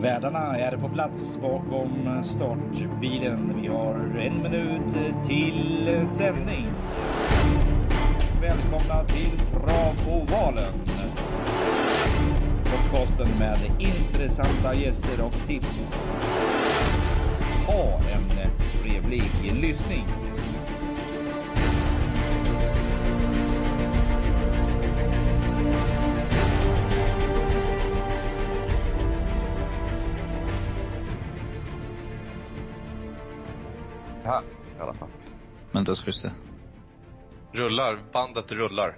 Värdarna är på plats bakom startbilen. Vi har 1 minut till sändning. Välkomna till Travovalen. Podcasten med intressanta gäster och tips. Ha en trevlig lyssning. Ja, i alla fall. Men då ska vi se. Bandet rullar.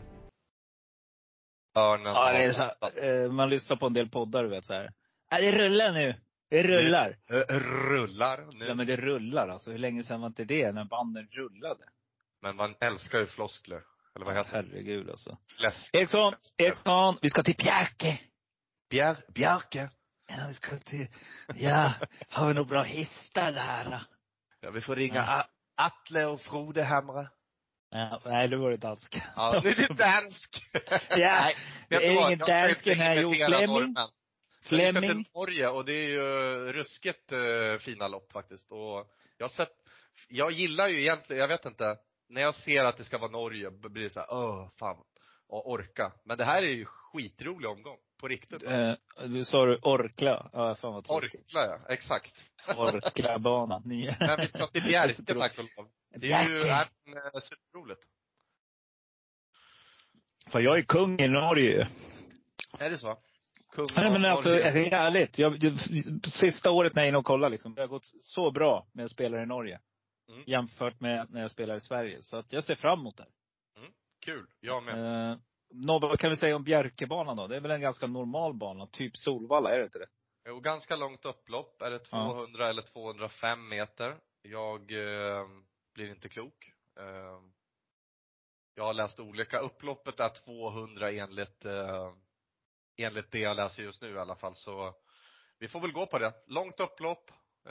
Örnen Ja, det är så, man lyssnar på en del poddar, du vet så här. Ja, det rullar nu. Det rullar. Rullar nu. Ja, men det rullar alltså. Hur länge sedan var inte det när banden rullade? Men man älskar ju floskler. Eller vad heter det? Herregud alltså. Fläsk. Eriksson, vi ska till Bjerke. Bjerke. Ja, vi ska till, ja, har vi nog bra hästar där? Ja, vi får ringa Atle och Frode Hamre. Ja, nej, det var det dansk. Ja, nu är det dansk. Ja, nej, det är ingen dansken här. Jo, Flemming. Vi ska till Norge och det är ju ruskigt fina lopp faktiskt. Och jag gillar ju egentligen, jag vet inte, när jag ser att det ska vara Norge blir det så här, fan, och orka. Men det här är ju skitrolig omgång, på riktigt. Du sa du Orkla. Ja, fan vad tråkigt. Orkla, ja, exakt. Orkla-banan. Men vi ska till Bjerke, tack och lov. Det är ju superroligt. För jag är kung i Norge. Är det så? Kung Nej, men alltså, det är härligt. Sista året när jag är inne och kollar liksom, det har gått så bra när jag spelar i Norge. Jämfört med när jag spelar i Sverige. Så att jag ser fram emot det. Kul, jag med. Vad kan vi säga om Bjerkebanan då? Det är väl en ganska normal bana, typ Solvalla, är det inte det? Jo, ganska långt upplopp. Är det 200 eller 205 meter? Jag blir inte klok. Jag har läst olika. Upploppet är 200 enligt det jag läser just nu i alla fall. Så vi får väl gå på det. Långt upplopp.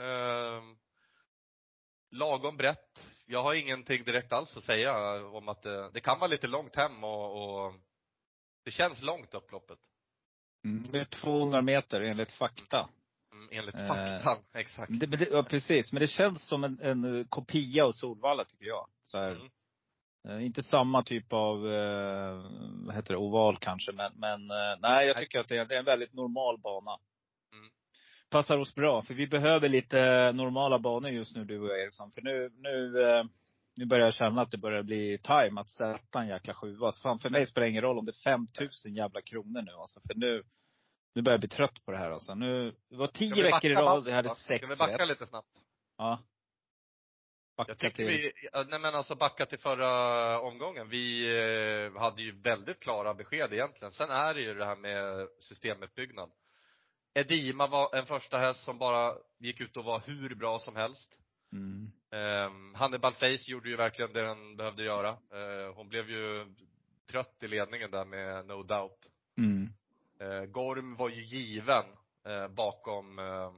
Lagom brett. Jag har ingenting direkt alls att säga om att det kan vara lite långt hem och det känns långt upploppet. Det är 200 meter enligt fakta. Enligt fakta, exakt. Ja, precis. Men det känns som en kopia av Solvalla, tycker jag. Så här. Inte samma typ av, vad heter det, oval kanske. Men nej, jag tycker att det är en väldigt normal bana. Passar oss bra. För vi behöver lite normala banor just nu, du och jag, Eriksson. För nu börjar jag känna att det börjar bli time att sätta en jäkla sjua. Så fan, för mig spelar det ingen roll om det är 5000 jävla kronor nu. Alltså, för nu börjar jag bli trött på det här. Alltså. Det var 10 veckor i rad. Jag hade 6 Ska vi backa lite snabbt? Ja. Jag tycker backa till förra omgången. Vi hade ju väldigt klara besked egentligen. Sen är det ju det här med systemuppbyggnad. Edima var en första häst som bara gick ut och var hur bra som helst. Hannibal Face gjorde ju verkligen det den behövde göra. Hon blev ju trött i ledningen där med No Doubt. Gorm var ju given bakom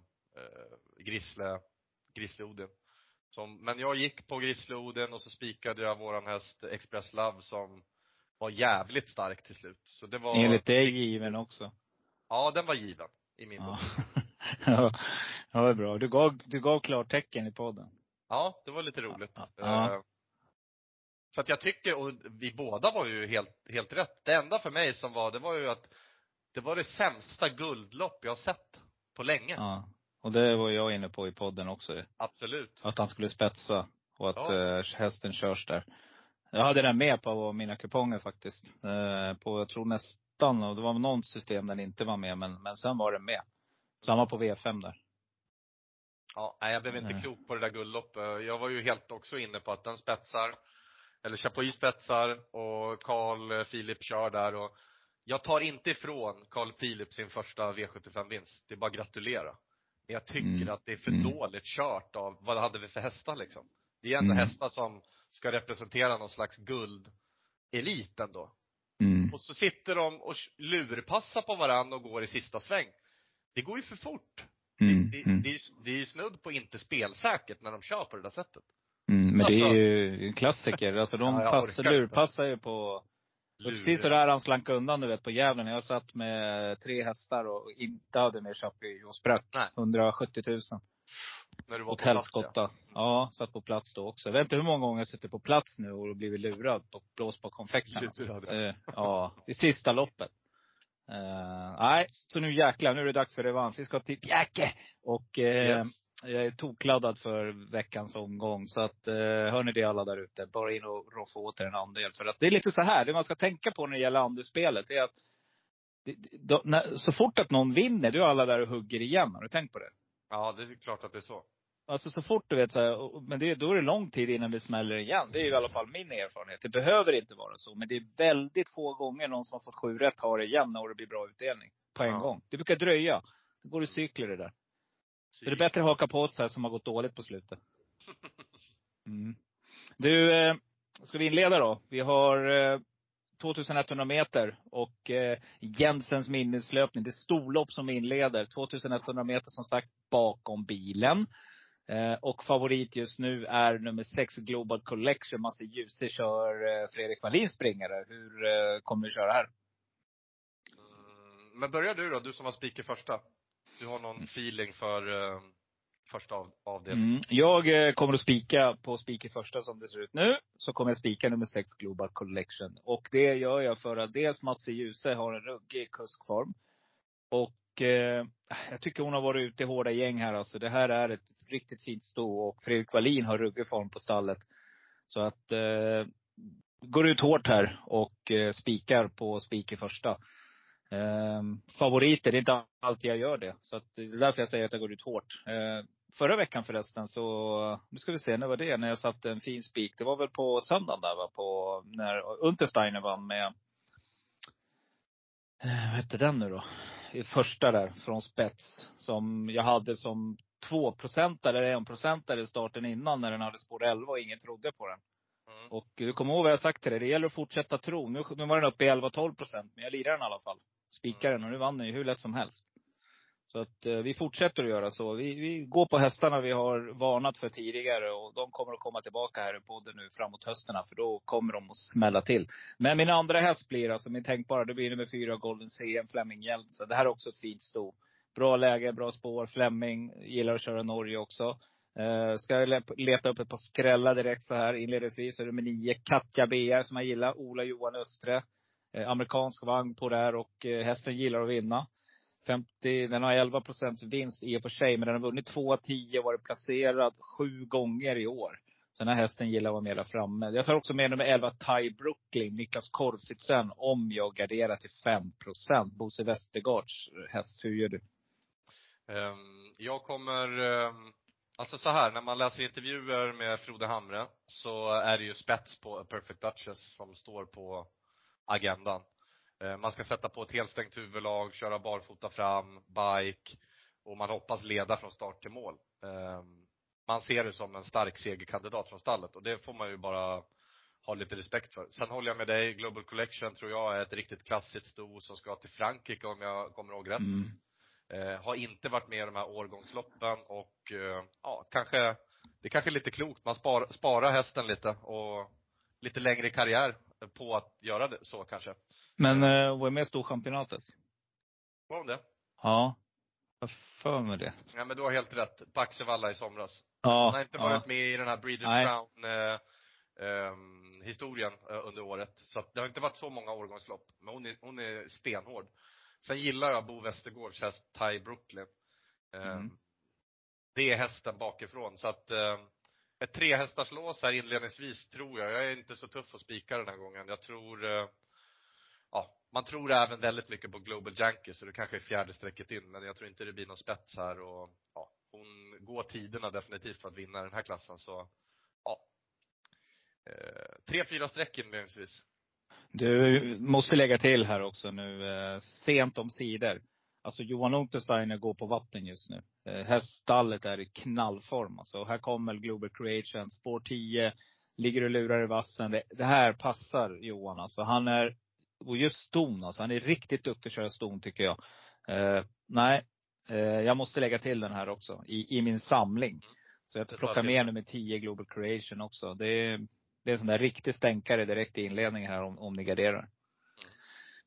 Grisleoden. Men jag gick på Grisleoden och så spikade jag våran häst Express Love som var jävligt stark till slut. Så det var enligt dig given också. Ja, den var given i min bok. Ja, det var bra. Du gav klartecken i podden. Ja, det var lite roligt. Ja. För att jag tycker, och vi båda var ju helt rätt. Det enda för mig som var, det var ju att det var det sämsta guldlopp jag har sett på länge. Ja, och det var jag inne på i podden också. Absolut. Att han skulle spetsa och att hästen körs där. Jag hade den med på mina kuponger faktiskt. Jag tror nästan, och det var någon system den inte var med, men sen var den med. Samma på V5 där. Ja, nej, jag blev inte klok på det där guldloppet. Jag var ju helt också inne på att den spetsar, eller Chapuis spetsar, och Carl Philip kör där. Och jag tar inte ifrån Carl Philip sin första V75-vinst. Det är bara gratulera. Men jag tycker att det är för dåligt kört av, vad hade vi för hästar liksom? Det är ändå hästar som ska representera någon slags guld-elit ändå. Och så sitter de och lurpassar på varandra och går i sista sväng. Det går ju för fort. Det är ju snudd på inte spelsäkert när de kör på det där sättet. Men alltså, det är ju en klassiker. Alltså de lurpassar ju på Och precis så där han slank undan, du vet, på Gävlen. Jag satt med 3 hästar och inte hade mer Chapuis och sprack. Nej. 170 000. När du var Åt på plats, helskotta. Ja, satt på plats då också. Jag vet inte hur många gånger jag suttit på plats nu och blivit lurad på blås på konfekten. Ja, i sista loppet. Nej, så nu jäklar, nu är det dags för revansch. Vi ska till Bjärke. Och Yes. jag är tokladdad för veckans omgång. Så att, hör ni det alla där ute, bara in och roffa åt er en andel. För att det är lite så här, det man ska tänka på när det gäller andelsspelet är att så fort att någon vinner, då är alla där och hugger igen. Har du tänkt på det? Ja, det är klart att det är så. Alltså så fort du vet så här, men då är det lång tid innan det smäller igen. Det är ju i alla fall min erfarenhet. Det behöver inte vara så. Men det är väldigt få gånger någon som har fått 7 rätt har det igen när det blir bra utdelning. På en gång. Det brukar dröja. Det går i cykler det där. Så det är bättre att haka på oss här som har gått dåligt på slutet. Du, ska vi inleda då? Vi har 2100 meter och Jensens minneslöpning. Det är storlopp som inleder. 2100 meter som sagt bakom bilen. Och favorit just nu är nummer 6 Global Collection. Massa Ljuse kör Fredrik Wallins springare. Hur kommer du köra här? Men börjar du då? Du som var speaker första. Du har någon feeling för första avdelningen? Jag kommer att spika på speaker första som det ser ut nu. Så kommer jag spika nummer 6 Global Collection. Och det gör jag för att dels Mats Ljuse har en ruggig kuskform. Och jag tycker hon har varit ute i hårda gäng här. Alltså. Det här är ett riktigt fint sto. Och Fredrik Wallin har ruggig form på stallet. Så att går ut hårt här och spikar på speaker första. Favoriter, det är inte alltid jag gör det. Så att det är därför jag säger att jag går ut hårt. Förra veckan förresten så, nu ska vi se, när var det? När jag satte en fin spik. Det var väl på söndagen där va? På, när Untersteiner vann med, vad hette den nu då? I första där, från spets. Som jag hade som 2% eller 1% i starten innan när den hade spår 11 och ingen trodde på den. Och du kommer ihåg vad jag sagt till dig. Det gäller att fortsätta tro. Nu var den uppe i 11-12%. Men jag lirar den i alla fall. Spikar den och nu vann den ju hur lätt som helst. Så att vi fortsätter att göra så. Vi går på hästarna vi har varnat för tidigare. Och de kommer att komma tillbaka här i podden nu framåt hösterna. För då kommer de att smälla till. Men min andra häst blir alltså min tänkbara. Det blir nummer 4 Golden CM Fleming Jeltsen. Det här är också ett fint sto. Bra läge, bra spår. Fleming gillar att köra Norge också. Ska jag leta upp ett par skrällar direkt så här inledningsvis. Så är det med 9 Katja BR som jag gillar. Ola Johan Östre. Amerikansk vagn på där och hästen gillar att vinna. 50, den har 11% vinst i och för sig. Men den har vunnit 2-10 och varit placerad 7 gånger i år. Så den här hästen gillar att vara med där framme. Jag tar också med nummer 11 Ty Brooklyn. Niklas Korfitsen om jag garderar till 5%. Bosse Westergaards häst. Hur gör du? Jag kommer alltså så här, när man läser intervjuer med Frode Hamre så är det ju spets på A Perfect Duchess som står på agendan. Man ska sätta på ett helstängt huvudlag, köra barfota fram, bike och man hoppas leda från start till mål. Man ser det som en stark segerkandidat från stallet och det får man ju bara ha lite respekt för. Sen håller jag med dig, Global Collection tror jag är ett riktigt klassiskt sto som ska till Frankrike om jag kommer ihåg rätt. Har inte varit med i de här årgångsloppen och det kanske är lite klokt. Man sparar hästen lite och lite längre karriär på att göra det så kanske. Men vad är med storchampionatet? Var hon det? Ja, jag för mig det. Ja, men du har helt rätt. På Axevalla i somras. Ja, hon har inte varit med i den här Breeders Crown historien under året. Så att det har inte varit så många årgångslopp. Men hon är stenhård. Sen gillar jag Bo Westergaards häst Ty Brooklyn. Det är hästen bakifrån. Så att ett 3 hästars lås här inledningsvis tror jag. Jag är inte så tuff att spika den här gången. Jag tror man tror även väldigt mycket på Global Yankee. Så det kanske är 4:e strecket in. Men jag tror inte det blir någon spets här. Och hon går tiderna definitivt för att vinna den här klassen. Så 3-4 streck inledningsvis. Du måste lägga till här också nu, sent om sidor. Alltså Johan Untersteiner går på vatten just nu. Häststallet är i knallform. Alltså, här kommer Global Creation, spår 10, ligger och lurar i vassen. Det här passar Johan. Alltså, han är, och just ston, alltså, han är riktigt duktig att köra ston tycker jag. Jag måste lägga till den här också i min samling. Så jag plockar med nummer 10 Global Creation också. Det är en sån där riktig stänkare direkt i inledningen här om ni garderar.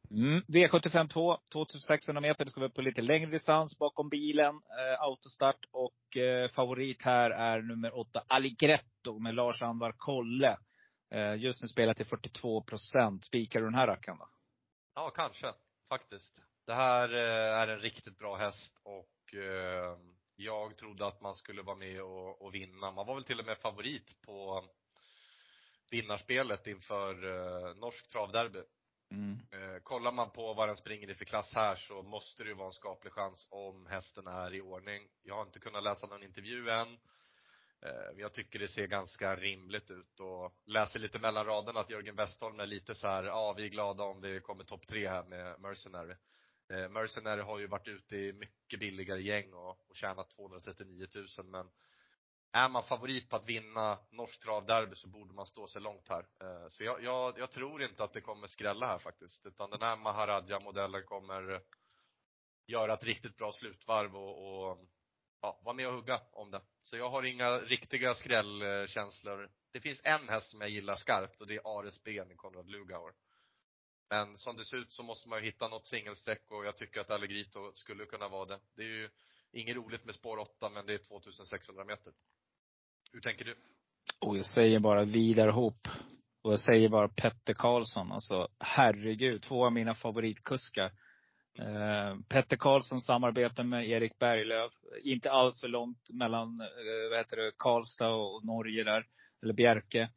V75 2, 2600 meter. Det ska vara på lite längre distans bakom bilen. Autostart. Och favorit här är nummer 8, Allegretto med Lars Andvar Kolle. Just nu spelar till 42%. Spikar du den här rackaren då? Ja, kanske. Faktiskt. Det här är en riktigt bra häst. Och jag trodde att man skulle vara med och vinna. Man var väl till och med favorit på vinnarspelet inför norsk travderby. Kollar man på vad den springer i för klass här, så måste det ju vara en skaplig chans om hästen är i ordning. Jag har inte kunnat läsa någon intervju än. Jag tycker det ser ganska rimligt ut, och läser lite mellan raderna att Jörgen Westholm är lite så här: ja, vi är glada om vi kommer topp 3 här med Mercenary. Mercenary har ju varit ute i mycket billigare gäng och tjänat 239 000, men är man favorit på att vinna norsk travderby så borde man stå sig långt här. Så jag tror inte att det kommer skrälla här faktiskt, utan den här Maharaja-modellen kommer göra ett riktigt bra slutvarv och vara med och hugga om det. Så jag har inga riktiga skrällkänslor. Det finns en häst som jag gillar skarpt, och det är Ares Ben i Konrad Lugauer. Men som det ser ut så måste man ju hitta något singelsträck, och jag tycker att Allegretto skulle kunna vara det. Det är ju inget roligt med spår 8, men det är 2600 meter. Hur tänker du? Och jag säger bara Vidarhop. Och jag säger bara Petter Karlsson. Alltså herregud, 2 av mina favoritkuskar. Petter Karlsson samarbetar med Erik Berglöf. Inte alls för långt mellan Karlstad och Norge där. Eller Bjerke.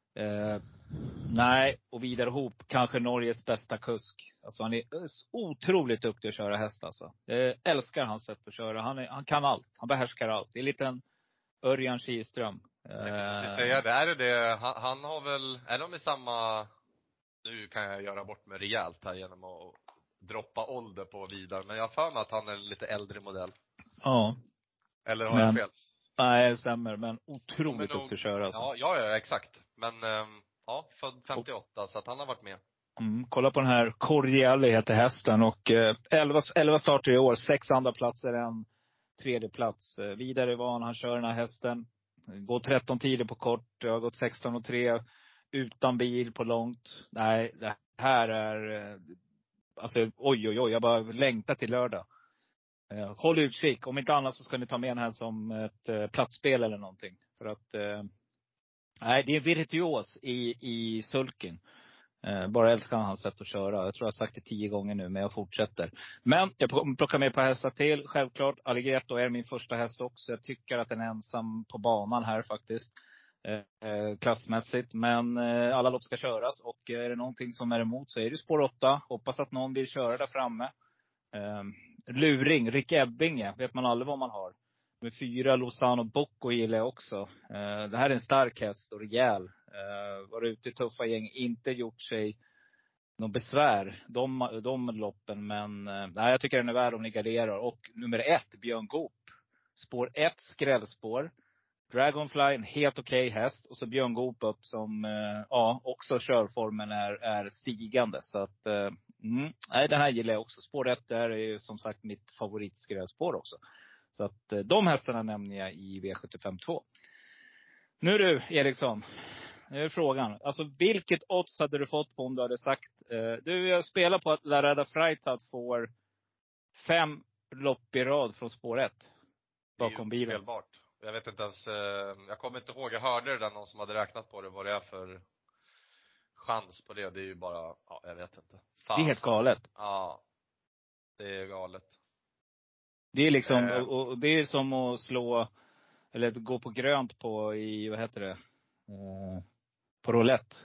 Nej, och Vidarhop kanske Norges bästa kusk. Alltså han är otroligt duktig att köra häst alltså. Jag älskar hans sätt att köra. Han kan allt. Han behärskar allt. Det är lite en Örjan Kihlström. Jag tänkte säga det. Är det? Han har väl, är de i samma, nu kan jag göra bort mig rejält här genom att droppa ålder på Vidar, men jag har för mig att han är en lite äldre modell. Ja. Eller har jag fel? Nej, det stämmer. Men otroligt duktig att köra alltså. Ja, exakt. Men ja, född 58, så att han har varit med. Kolla på den här Cordiali heter hästen. Och 11 starter i år. 6 andra platser, en tredje plats. Vidare van, han kör den här hästen. Går 13 tider på kort. Jag har gått 16,3 utan bil på långt. Nej, det här är alltså oj. Jag bara längtar till lördag. Håll utkik. Om inte annat så ska ni ta med den här som ett platsspel eller någonting. För att nej, det är virtuos i sulken. Bara älskar hans sätt att köra. Jag tror jag har sagt det 10 gånger nu, men jag fortsätter. Men jag plockar med ett par hästar till. Självklart, Allegretto är min första häst också. Jag tycker att den är ensam på banan här faktiskt. Klassmässigt. Men alla lopp ska köras. Och är det någonting som är emot så är det spår 8. Hoppas att någon vill köra där framme. Luring, Rick Ebbinge. Vet man aldrig vad man har. Med 4 Lozano Bocco gillar jag också. Det här är en stark häst och rejäl. Var ute i tuffa gäng. Inte gjort sig någon besvär. De loppen. Men nej, jag tycker den är värd om ni garderar. Och nummer 1, Björn Goop. Spår 1, skrällspår. Dragonfly, en helt okej häst. Och så Björn Goop upp som också körformen är stigande. Så att nej, den här gillar jag också. Spår 1 är ju som sagt mitt favoritskrällspår också. Så att de hästarna nämner jag i V75 2. Nu du, Eriksson. Nu är frågan. Alltså vilket odds hade du fått på om du hade sagt jag spelar på att La Rada Freitag får 5 lopp i rad från spår 1 bakom bilen. Det är ju spelbart. Jag vet inte ens, jag kommer inte ihåg, jag hörde det där någon som hade räknat på det, vad det är för chans på det. Det är ju bara, jag vet inte. Det är helt galet. Ja, det är galet. Det är liksom, och det är som att slå, eller att gå på grönt på vad heter det? På roulette.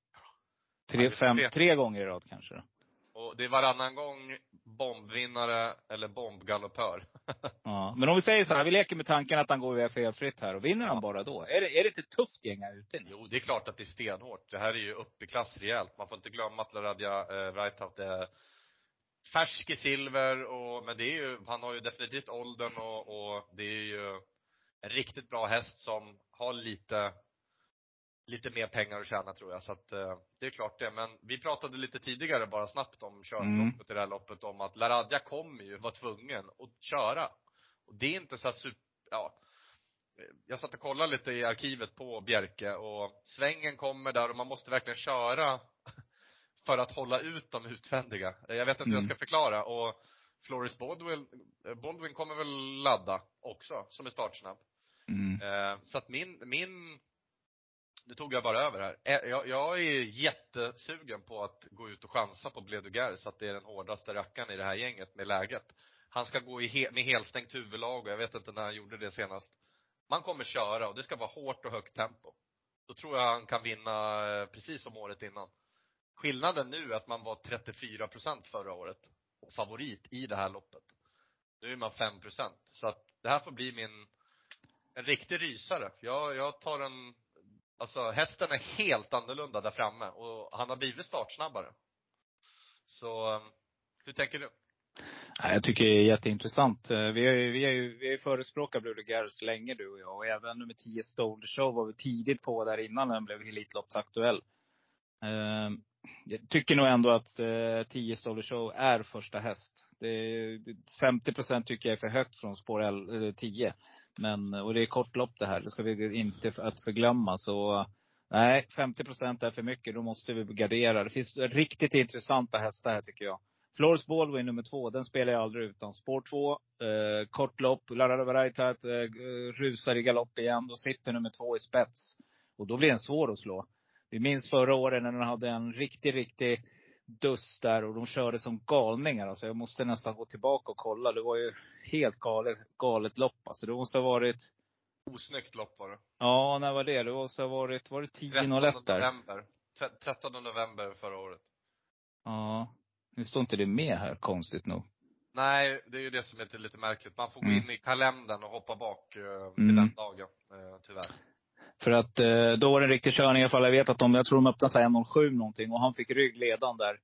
3 gånger i rad kanske då. Och det är varannan gång bombvinnare eller bombgaloppör. Ja, men om vi säger så här, vi leker med tanken att han går felfritt här och vinner han bara då. Är det inte tufft gäng här ute? Jo, det är klart att det är stenhårt. Det här är ju uppe i klass rejält. Man får inte glömma att Laradja Freitag är färsk i silver, men det är ju, han har ju definitivt åldern och det är ju en riktigt bra häst som har lite mer pengar att tjäna, tror jag. Så att det är klart det. Men vi pratade lite tidigare bara snabbt om körloppet i det här loppet, om att Laradja kommer ju vara tvungen att köra. Och det är inte så jag satt och kollade lite i arkivet på Bjerke, och svängen kommer där och man måste verkligen köra för att hålla ut de utvändiga. Jag vet inte hur jag ska förklara. Och Floris Baldwin kommer väl ladda också, som är startsnabb. Så att nu tog jag bara över här. Jag är jättesugen på att gå ut och chansa på Bledugar, så att det är den hårdaste rackaren i det här gänget med läget. Han ska gå med helstängt huvudlag, och jag vet inte när han gjorde det senast. Man kommer köra och det ska vara hårt och högt tempo. Då tror jag han kan vinna precis som året innan. Skillnaden nu är att man var 34% förra året och favorit i det här loppet. Nu är man 5%. Så att det här får bli en riktig rysare. Jag tar alltså hästen är helt annorlunda där framme och han har blivit startsnabbare. Så hur tänker du? Jag tycker det är jätteintressant. Vi har ju förespråkat Blue Gars länge, du och jag. Och även nummer 10 Stolder Show var vi tidigt på där innan den blev Elitloppsaktuell. Jag tycker nog ändå att 10 Stolder Show är första häst. 50% tycker jag är för högt från spår 10. Och det är kortlopp det här. Det ska vi inte att förglömma. Så nej, 50% är för mycket. Då måste vi gardera. Det finns riktigt intressanta hästar här tycker jag. Floris Baldwin nummer 2, den spelar jag aldrig utan. Spår 2, kortlopp, rusar i galopp igen. Då sitter nummer 2 i spets. Och då blir den svår att slå. Vi minns förra året när den hade en riktig dust där. Och de körde som galningar. Alltså jag måste nästan gå tillbaka och kolla. Det var ju helt galet lopp. Alltså det måste ha varit... Osnyggt lopp var det. Ja, när var det? Det måste ha varit 10-01 där. 13 november förra året. Ja. Nu står inte det med här, konstigt nog. Nej, det är ju det som är lite märkligt. Man får gå in i kalendern och hoppa bak till den dagen, tyvärr. För att då var det en riktig körning i alla fall. Jag vet att jag tror de öppnade sig 1.07 någonting. Och han fick ryggledan där.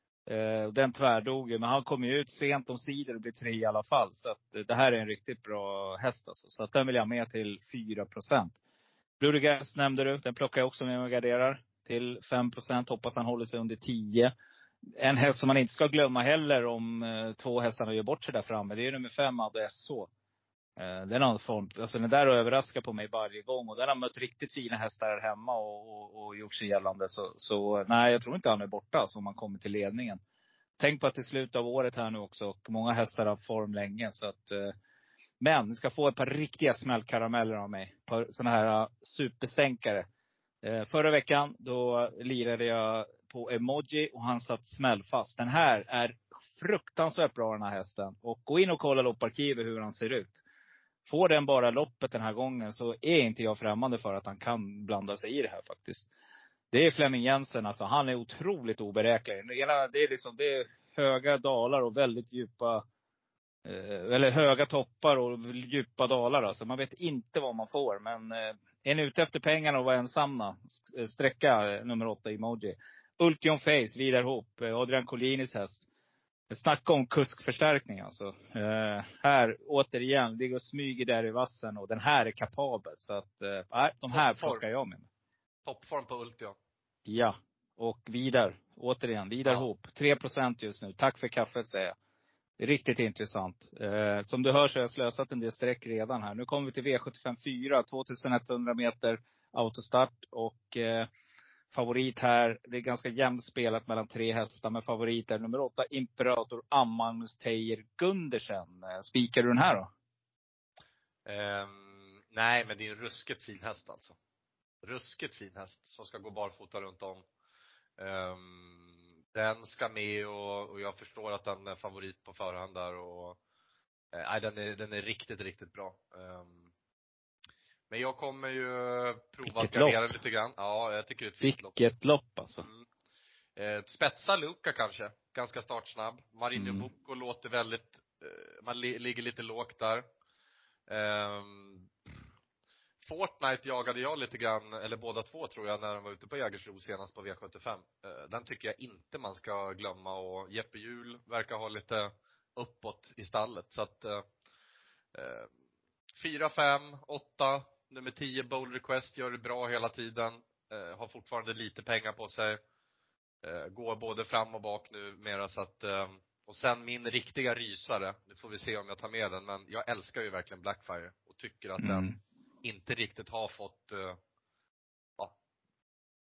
Den tvärdog ju. Men han kom ju ut sent om sidor och blev 3 i alla fall. Så att det här är en riktigt bra häst alltså. Så att den vill jag med till 4%. Blue Gas nämnde du. Den plockar jag också med och garderar till 5%. Hoppas han håller sig under 10. En häst som man inte ska glömma heller om 2 hästarna gör bort sig där framme. Det är nummer 5 av SH. Den har form, alltså den där överraskar på mig varje gång. Och den har mött riktigt fina hästar här hemma och gjort sig gällande. Så nej, jag tror inte han är borta alltså, om man kommer till ledningen. Tänk på att det är slutet av året här nu också. Och många hästar har form länge. Så att, men ni ska få ett par riktiga smällkarameller av mig. Ett par sådana här superstänkare. Förra veckan då lirade jag på Emoji och han satt smällfast. Den här är fruktansvärt bra, den här hästen. Och gå in och kolla lopparkivet hur han ser ut. Får den bara loppet den här gången så är inte jag främmande för att han kan blanda sig i det här faktiskt. Det är Flemming Jensen alltså. Han är otroligt oberäknelig. Det är höga dalar och väldigt djupa eller höga toppar och djupa dalar alltså. Man vet inte vad man får. Men är ni ute efter pengarna och var ensamma, sträcka nummer 8 Emoji. Ultion Face, Vidar Hopp, Adrian Collinis häst. Snacka om kuskförstärkning alltså. Här återigen, det går smyger där i vassen och den här är kapabel. Så att de här plockar jag med mig. Toppform på Ultion. Ja, och Vidar, återigen, Vidar Hopp. 3% just nu, tack för kaffet säger jag. Det är riktigt intressant. Som du hör så har jag slösat en del streck redan här. Nu kommer vi till V75 4, 2100 meter autostart. Och favorit här, det är ganska jämnt spelat mellan 3 hästar. Men favorit är nummer 8, Imperator Magnus Teijer Gundersen. Spikar du den här då? Nej, men det är en ruskigt fin häst alltså. Ruskigt fin häst som ska gå barfota runt om. Den ska med och jag förstår att den är favorit på förhand där och den är riktigt bra. Men jag kommer ju prova att gardera lite grann. Ja, jag tycker det är ett fint lopp. Vilket lopp alltså. Spetsa Luca kanske, ganska startsnabb. Marinho Bocco låter väldigt man ligger lite lågt där. Fortnite jagade jag lite grann, eller båda två tror jag, när de var ute på Jägersro senast på V75. Den tycker jag inte man ska glömma, och Jeppe Hjul verkar ha lite uppåt i stallet. Så att 4, 5, 8, nummer 10 Bold Request gör det bra hela tiden. Har fortfarande lite pengar på sig. Går både fram och bak nu mera, så att och sen min riktiga rysare, nu får vi se om jag tar med den, men jag älskar ju verkligen Blackfire och tycker att den inte riktigt har fått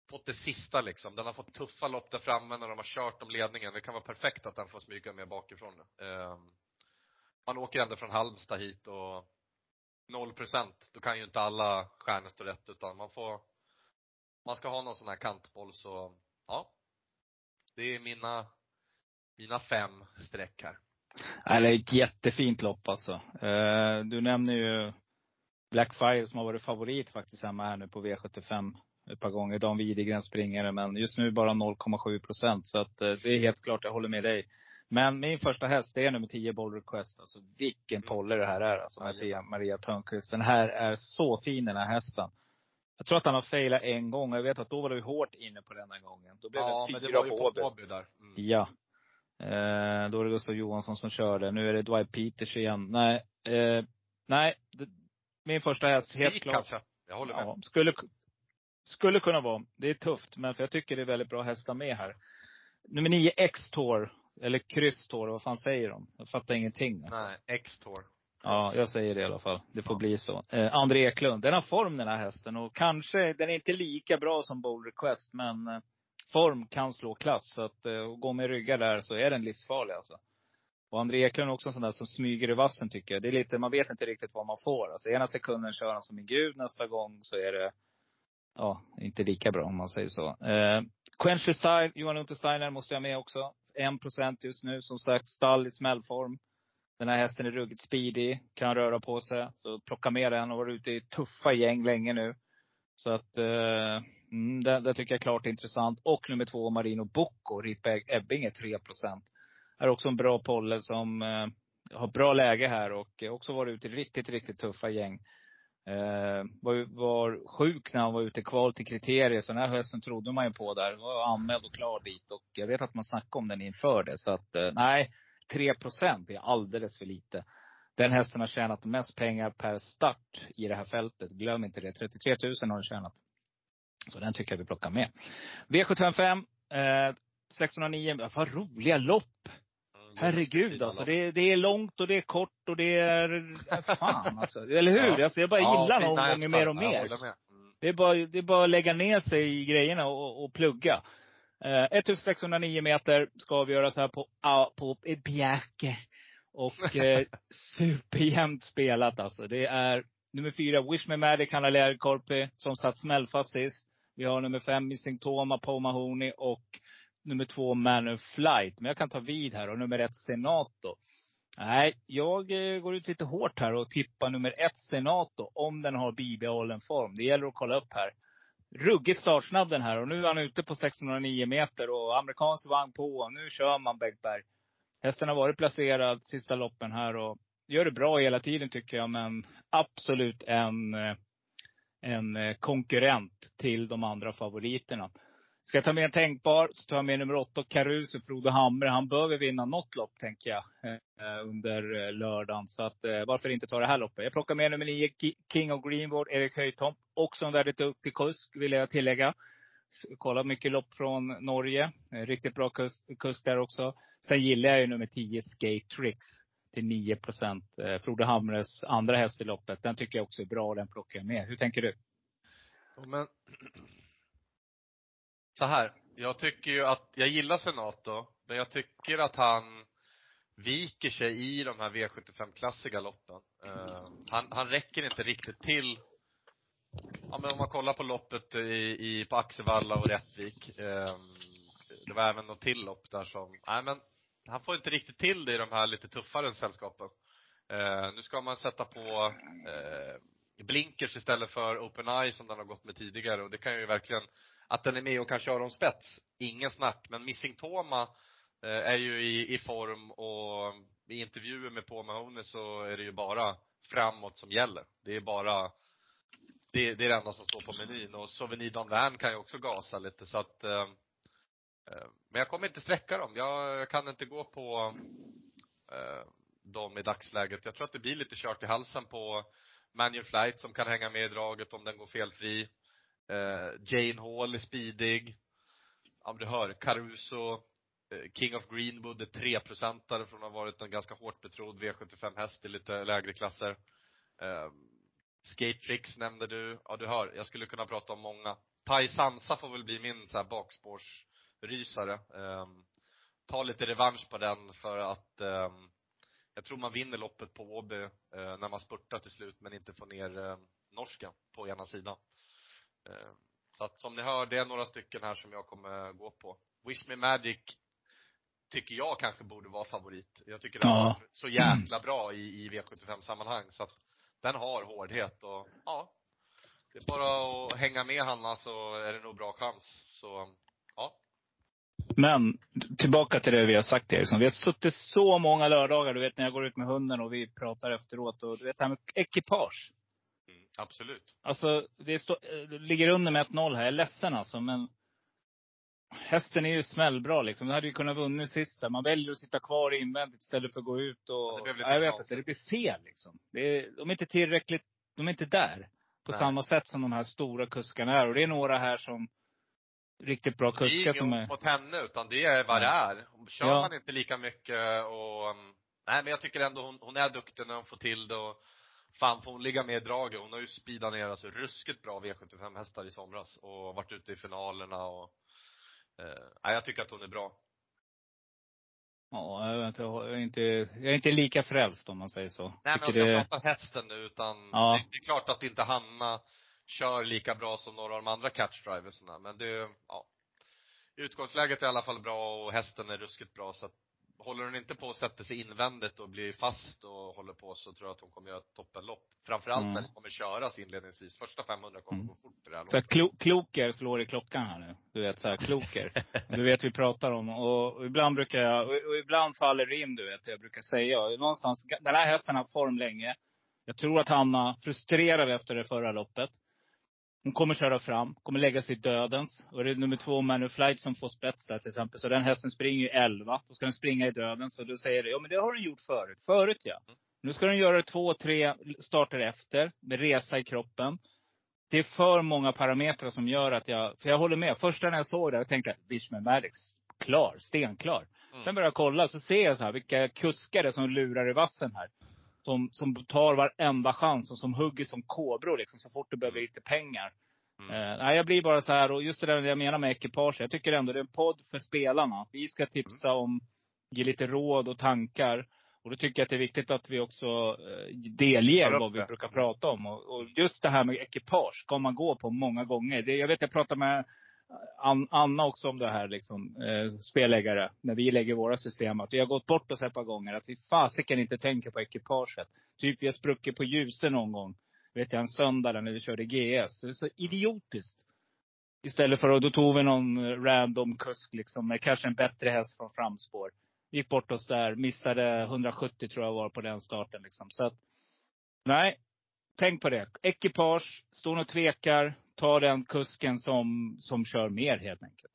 fått det sista liksom. Den har fått tuffa lopp där framme när de har kört om ledningen. Det kan vara perfekt att den får smyga med bakifrån. Man åker ändå från Halmstad hit och 0%. Då kan ju inte alla stjärnor stå rätt, utan man ska ha någon sån här kantboll. Så ja, det är mina 5 streck här. Det är ett jättefint lopp alltså. Du nämner ju Blackfire som har varit favorit faktiskt hemma här nu på V75 ett par gånger. Dan Widegren springare, men just nu bara 0,7%. Så att det är helt klart, jag håller med dig. Men min första häst är nummer 10 Bold Request. Alltså vilken polle det här är alltså, med Maria Törnqvist. Den här är så fin, den här hästen. Jag tror att han har failat en gång. Jag vet att då var du hårt inne på den här gången. Då blev det 4 på Åby där. Ja. Då är det Gustav Johansson som körde. Nu är det Dwight Peters igen. Nej. Min första häst, helt klart. Kanske. Jag håller med. Ja, skulle kunna vara. Det är tufft, men för jag tycker det är väldigt bra hästar med här. Nummer 9 X-Tour. Eller Kryss-Tour, vad fan säger de? Jag fattar ingenting alltså. Nej, X-Tour. Ja, jag säger det i alla fall. Det får bli så. André Eklund, den har form den här hästen. Och kanske, den är inte lika bra som Bold Request. Men form kan slå klass. Så att gå med ryggar där så är den livsfarlig alltså. Och André Eklund är också en sån där som smyger i vassen tycker jag. Det är lite, man vet inte riktigt vad man får. Alltså ena sekunden kör han som en gud. Nästa gång så är det, inte lika bra om man säger så. Quench Style, Johan Untersteiner måste jag med också. 1% just nu. Som sagt, stall i smällform. Den här hästen är ruggigt speedy. Kan röra på sig. Så plocka med den och vara ute i tuffa gäng länge nu. Så att det tycker jag är klart intressant. Och nummer 2 Marino Bocco, Rippe Ebbinge 3%. Är också en bra polle som har bra läge här. Och också varit ute i riktigt tuffa gäng. Var sjuk när han var ute kval till kriterier. Så den här hästen trodde man ju på där. Var anmäld och klar dit. Och jag vet att man snackade om den inför det. Så att nej, 3% är alldeles för lite. Den hästen har tjänat mest pengar per start i det här fältet. Glöm inte det. 33 000 har den tjänat. Så den tycker jag vi plockar med. V75 609. Vad roliga lopp. Herregud alltså. Det är långt och det är kort och det är fan alltså. Eller hur? Ja. Alltså, jag bara gillar någon gånger mer och mer. Det är bara att lägga ner sig i grejerna och plugga. 1609 meter ska avgöras här på Bjerke. Och superjämnt spelat alltså. Det är nummer 4 Wish Me Magic, Hanna Lärkorpi, som satt smällfast sist. Vi har nummer 5 Missing Toma, Paul Mahoney och nummer 2 Man of Flight. Men jag kan ta vid här. Och nummer 1 Senato. Nej, jag går ut lite hårt här och tippar nummer 1 Senato. Om den har bibehållen form. Det gäller att kolla upp här. Ruggigt startsnabb den här. Och nu är han ute på 1609 meter. Och amerikansk vagn på. Nu kör man Bäckberg. Hästen har varit placerad sista loppen här. Och gör det bra hela tiden tycker jag. Men absolut en konkurrent till de andra favoriterna. Ska jag ta med en tänkbar så tar jag med nummer 8 Caruso, Frode Hamre. Han behöver vinna något lopp tänker jag under lördagen. Så att varför inte ta det här loppet. Jag plockar med nummer 9 King of Greenwood, Erik Höjtom. Också en väldigt duktig kusk vill jag tillägga. Kolla mycket lopp från Norge. Riktigt bra kusk där också. Sen gillar jag ju nummer 10 Skate Tricks till 9%. Frode Hamres andra häst i loppet. Den tycker jag också är bra, den plockar jag med. Hur tänker du? Men så här, jag tycker ju att jag gillar Senato, men jag tycker att han viker sig i de här V75-klassiga loppen. Han räcker inte riktigt till. Ja, men om man kollar på loppet på Axevalla och Rättvik, det var även något till lopp där som, nej men han får inte riktigt till det i de här lite tuffare sällskapen. Nu ska man sätta på blinkers istället för Open Eye som den har gått med tidigare, och det kan ju verkligen, att den är med och kan köra om spets, ingen snack. Men Missing Toma är ju i form, och i intervjuer med Paul Mahoney så är det ju bara framåt som gäller. Det är bara det är det enda som står på menyn. Och Souvenir Don Van kan ju också gasa lite, så att men jag kommer inte sträcka dem. Jag kan inte gå på dem i dagsläget. Jag tror att det blir lite kört i halsen på Manual Flight som kan hänga med i draget om den går felfri. Jane Hall är speedig. Om du hör Caruso, King of Greenwood är 3% från att ha varit en ganska hårt betrodd V75-häst i lite lägre klasser. Skate Tricks nämnde du. Ja, du hör, jag skulle kunna prata om många. Tai Sansa får väl bli min så här bakspårsrysare. Ta lite revansch på den för att jag tror man vinner loppet på Åby när man spurtar till slut, men inte får ner norskan på ena sidan. Så att som ni hör, det är några stycken här som jag kommer gå på. Wish Me Magic tycker jag kanske borde vara favorit. Jag tycker den var så jäkla bra i V75-sammanhang. Så att den har hårdhet. Och ja, det är bara att hänga med Hanna, så är det nog bra chans. Så ja. Men tillbaka till det vi har sagt, Eriksson. Vi har suttit så många lördagar, du vet, när jag går ut med hunden och vi pratar efteråt. Och du vet, det här med ekipage. Absolut. Alltså, det ligger under med 1-0 här. Jag är ledsen alltså, men hästen är ju smällbra liksom. Det hade ju kunnat vinna sist där. Man väljer att sitta kvar invändigt istället för att gå ut och... Ja, jag vet inte, det blir fel liksom. De är inte tillräckligt, de är inte där. På samma sätt som de här stora kuskarna är. Och det är några här som riktigt bra kuskar som är... Det är inget mot henne, utan det är vad det är. Kör man inte lika mycket och... Nej, men jag tycker ändå hon är duktig när hon får till det. Och fan, får hon ligga med i draget. Hon har ju speedat ner alltså ruskigt bra V75-hästar i somras. Och varit ute i finalerna och... Nej, jag tycker att hon är bra. Ja, jag är inte lika frälst om man säger så. Nej, men jag ska prata hästen nu, utan det är klart att inte Hanna kör lika bra som några av de andra catchdriversna. Men det, ja. Utgångsläget är i alla fall bra och hästen är ruskigt bra. Så att håller hon inte på att sätta sig invändigt och blir fast och håller på, så tror jag att hon kommer göra ett toppenlopp. Framförallt när det kommer köras inledningsvis. Första 500 kommer gå fort på det här loppet. Så kloker slår i klockan här nu. Du vet, så här kloker. Du vet vi pratar om. Och ibland brukar jag, och ibland faller det in, du vet. Jag brukar säga, någonstans, den här hästen har form länge. Jag tror att Hanna frustrerad efter det förra loppet. Hon kommer köra fram, kommer lägga sig i dödens. Och det är nummer 2, Manu Flight, som får spets där till exempel. Så den hästen springer ju 11. Då ska den springa i dödens. Så då säger det, ja men det har den gjort förut. Förut ja. Nu ska den göra 2-3 starter efter. Med resa i kroppen. Det är för många parametrar som gör att för jag håller med. Första när jag såg det, jag tänkte, Wish Me Magic, klar, stenklar. Sen börjar jag kolla, så ser jag så här, vilka kuskare som lurar i vassen här. Som tar varenda chans och som hugger som kobror liksom, så fort det behöver lite pengar. Nej, jag blir bara så här, och just det där jag menar med ekipage. Jag tycker ändå det är en podd för spelarna. Vi ska tipsa om, ge lite råd och tankar. Och då tycker jag att det är viktigt att vi också delger vad vi brukar prata om. Och just det här med ekipage ska man gå på många gånger. Jag vet, jag pratade med Anna också om det här liksom, spelläggare. När vi lägger våra system. Att vi har gått bort oss ett par gånger. Att vi fasiken inte tänker på ekipaget. Typ vi har spruckit på ljusen någon gång. Vet jag, en söndag när vi körde GS. Det är så idiotiskt. Istället för att då tog vi någon random kusk liksom. Med kanske en bättre häst från framspår. Gick bort oss där. Missade 170 tror jag var på den starten liksom. Så att, nej. Tänk på det. Ekipage. Står och tvekar. Ta den kusken som kör mer helt enkelt.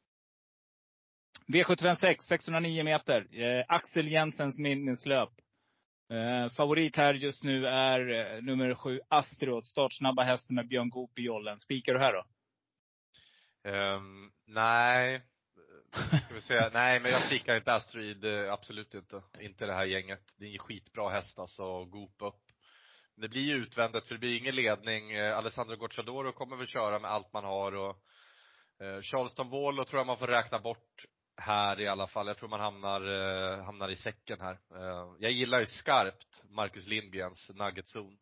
V756. 609 meter. Axel Jensens minneslöp. Favorit här just nu är nummer 7 Astrid. Startsnabba hästen med Björn Goop i jollen. Spikar du här då? Nej. Ska vi säga, nej, men jag spikar inte Astrid, absolut inte. Inte det här gänget. Det är en skitbra häst alltså, Goop upp. Det blir ju utvändigt, för det blir ingen ledning. Alessandro Gocciadoro kommer väl köra med allt man har. Och Charleston Wall tror jag man får räkna bort här i alla fall. Jag tror man hamnar i säcken här. Jag gillar ju skarpt Marcus Lindgrens Nuggetzone.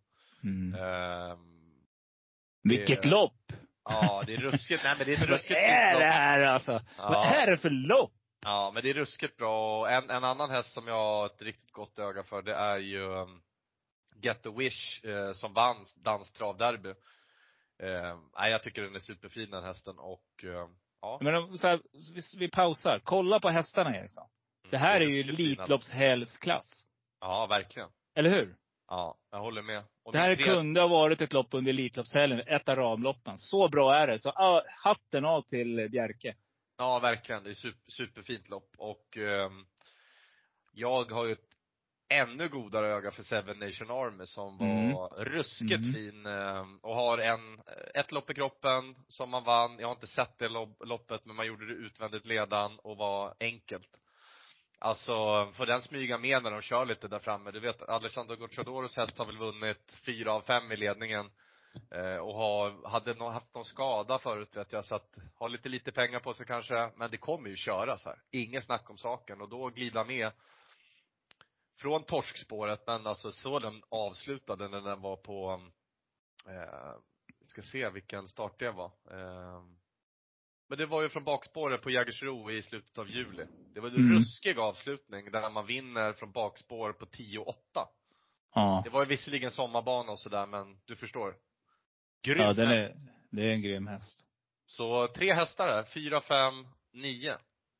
Vilket lopp! Ja, det är ruskigt. Nej, men det är ett ruskigt Vad är det här alltså? Ja. Vad är det för lopp? Ja, men det är ruskigt bra. Och en annan häst som jag har ett riktigt gott öga för, det är ju Get the Wish som vann danstravderby. Nej, jag tycker den är superfin den hästen. Och ja. Men så här, vi pausar. Kolla på hästarna, Eriksson. Det här är ju Elitloppshelgsklass. Ja, verkligen. Eller hur? Ja, jag håller med. Och det här kunde ha varit ett lopp under Elitloppshelgen. Ett av ramloppen. Så bra är det. Så hatten av till Bjerke. Ja, verkligen. Det är superfint lopp. Och jag har ju ett ännu godare öga för Seven Nation Army som var ruskigt fin. Och har ett lopp i kroppen som man vann. Jag har inte sett det loppet, men man gjorde det utvändigt ledan och var enkelt. Alltså, för den smyga med när de kör lite där framme. Du vet, Alessandro Gocciadoros häst har väl vunnit 4 av 5 i ledningen. Och hade haft någon skada förut, vet jag, så att har lite pengar på sig kanske, men det kommer ju köra så här. Inget snack om saken, och då glida med från torskspåret, men alltså så den avslutade när den var på vi ska se vilken start det var. Men det var ju från bakspåret på Jägersro i slutet av juli. Det var en ruskig avslutning där man vinner från bakspår på 10-8. Ja. Det var ju visserligen sommarbana och sådär, men du förstår. Grym Ja, häst. det är en grym häst. Så 3 hästar där, 4, 5, 9.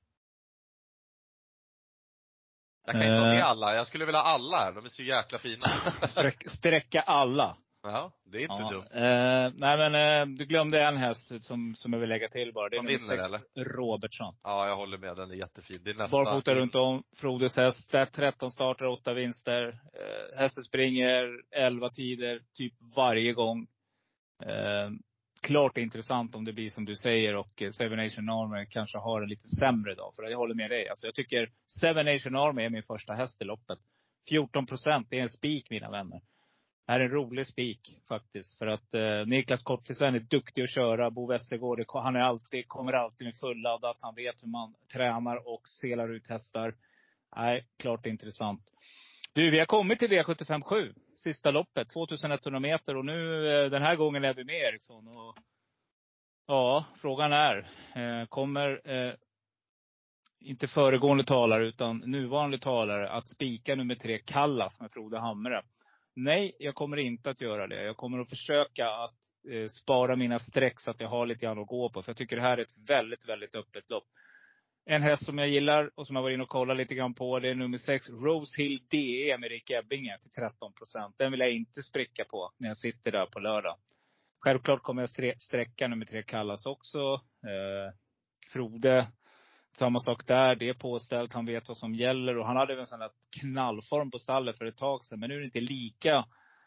Jag kan inte ha med alla, jag skulle vilja ha alla här, de är så jäkla fina. Sträcka alla. Ja, det är inte dumt. Nej men du glömde en häst som jag vill lägga till bara. Det är De nummer vinner, 6, eller? Robertson. Ja, jag håller med, den är jättefin. Det är nästa Barfota runt om, Frodes häst, 13 starter, 8 vinster. Hästen springer 11 tider, typ varje gång. Klart intressant om det blir som du säger, och Seven Nation Army kanske har en lite sämre dag. För jag håller med dig. Alltså jag tycker Seven Nation Army är min första häst i loppet. 14%, det är en spik, mina vänner. Det här är en rolig spik faktiskt. För att Niklas Kortfisven är duktig att köra. Bo Westergård, kommer alltid med fulladdat. Han vet hur man tränar och selar ut hästar. Nej, klart intressant. Du, vi har kommit till V75-7. Sista loppet, 2100 meter. Och nu, den här gången är vi med Eriksson. Och, ja, frågan är, kommer inte föregående talare utan nuvarande talare att spika nummer 3 Kallas med Frode Hamre? Nej, jag kommer inte att göra det. Jag kommer att försöka att spara mina streck så att jag har lite grann att gå på. För jag tycker det här är ett väldigt, väldigt öppet lopp. En häst som jag gillar och som jag var inne och kollade lite grann på, det är nummer 6 Rose Hill DE med Rick Ebbinge till 13%. Den vill jag inte spricka på när jag sitter där på lördag. Självklart kommer jag sträcka nummer 3 Kallas också. Frode, samma sak där. Det är påställt. Han vet vad som gäller. Och han hade en sån här knallform på stallet för ett tag sedan. Men nu är det inte lika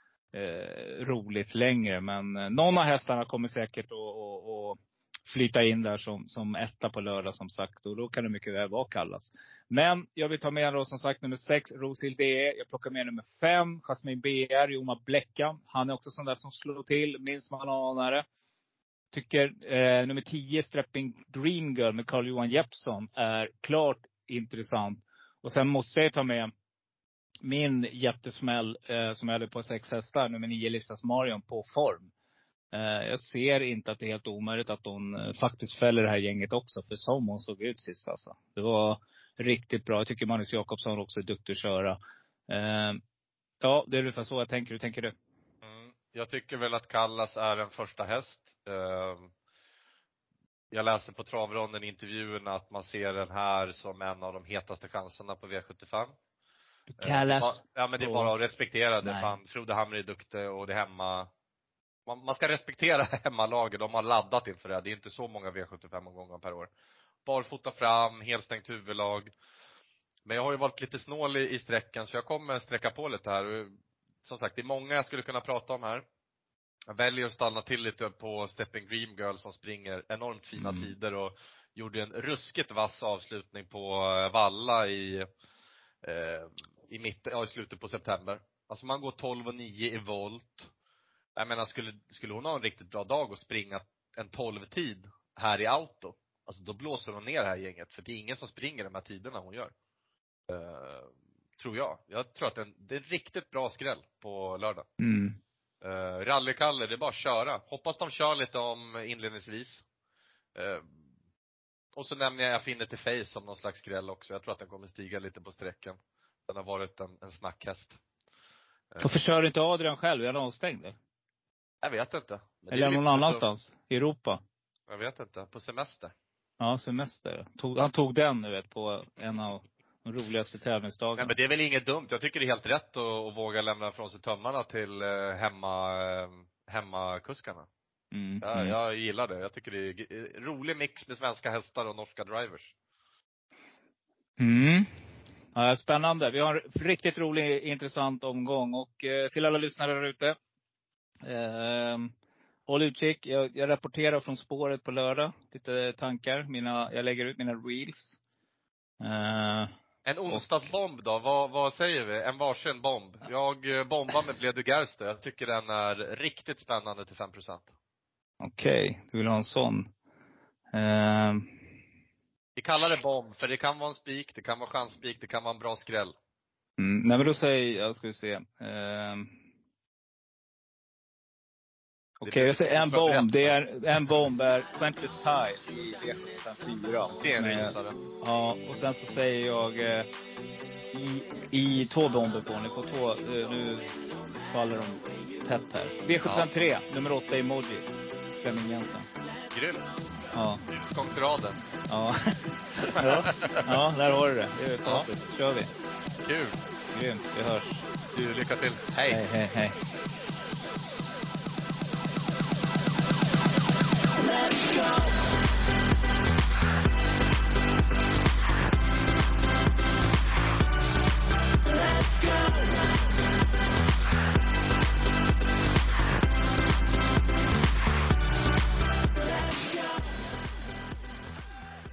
roligt längre. Men någon av hästarna kommer säkert att flyta in där som etta på lördag, som sagt. Och då kan det mycket väl vara Kallas. Men jag vill ta med då som sagt nummer 6 Rosil DE. Jag plockar med nummer 5 Jasmin BR, Joma Blecka. Han är också sån där som slår till. Minst man anar det. Tycker nummer 10 Strapping Dream Girl med Carl-Johan Jeppsson är klart intressant. Och sen måste jag ta med min jättesmäll som jag hade på 6 hästar. Nummer 9 Lissas Marion på form. Jag ser inte att det är helt omöjligt att hon faktiskt fäller det här gänget också. För som hon såg ut sist alltså. Det var riktigt bra. Jag tycker Magnus Jakobsson också är duktig att köra. Ja, det är ungefär så jag tänker. Hur tänker du? Jag tycker väl att Kallas är en första häst. Jag läser på travronden i intervjuerna att man ser den här som en av de hetaste chanserna på V75. Kallas. Ja, men det är bara att respektera det. Nej. Fan, Frode Hamre är duktig och det är hemma. Man ska respektera hemmalaget. De har laddat inför det. Det är inte så många V75-omgångar per år. Barfota fram, helstängt huvudlag. Men jag har ju varit lite snål i sträckan, så jag kommer sträcka på lite här. Som sagt, det är många jag skulle kunna prata om här. Jag väljer att stanna till lite på Stepping Dream Girl som springer enormt fina tider och gjorde en ruskigt vass avslutning på Valla i slutet på september. Alltså man går 12,9 i volt. Jag menar, skulle hon ha en riktigt bra dag och springa en 12-tid här i auto, alltså då blåser hon ner det här gänget. För det är ingen som springer de här tiderna hon gör. Tror jag. Jag tror att det är en riktigt bra skräll på lördag. Rallykalle, det är bara att köra. Hoppas de kör lite om inledningsvis. Och så nämner jag Affinity Face som någon slags skräll också. Jag tror att den kommer stiga lite på sträckan. Den har varit en snackhäst. Varför kör inte Adrian själv? Är han avstängd? Jag vet inte. Men eller någon annanstans? I Europa? Jag vet inte. På semester. Ja, semester. Han tog den, nu vet, på en av de roligaste tävlingsdagarna. Nej, men det är väl inget dumt. Jag tycker det är helt rätt att våga lämna från sig tömmarna till hemmakuskarna. Jag gillar det. Jag tycker det är en rolig mix med svenska hästar och norska drivers. Ja, spännande. Vi har en riktigt rolig, intressant omgång. Och till alla lyssnare där ute. Håll utkik. Jag rapporterar från spåret på lördag. Lite tankar. Jag lägger ut mina reels. En onsdagsbomb då, vad säger vi? En varsin bomb. Jag bombar med Bled du Gerste. Jag tycker den är riktigt spännande till 5%. Okej, du vill ha en sån. Vi kallar det bomb, för det kan vara en spik, det kan vara chansspik, det kan vara en bra skräll. Nej men då säger jag, ska vi se. Okej, jag säger en bomb. En bomb är Quentless Ties i V754. Det är en rysare. Ja, och sen så säger jag i 2 bomber får ni. Får 2, nu faller de tätt här. V753, nummer 8 Emoji. Flemming Jensen. Grymt. Ja. Utgångsraden. Ja. Ja, där har du det. Det är facit. Kör vi. Kul. Grymt, vi hörs. Du, lycka till. Hej. Hej.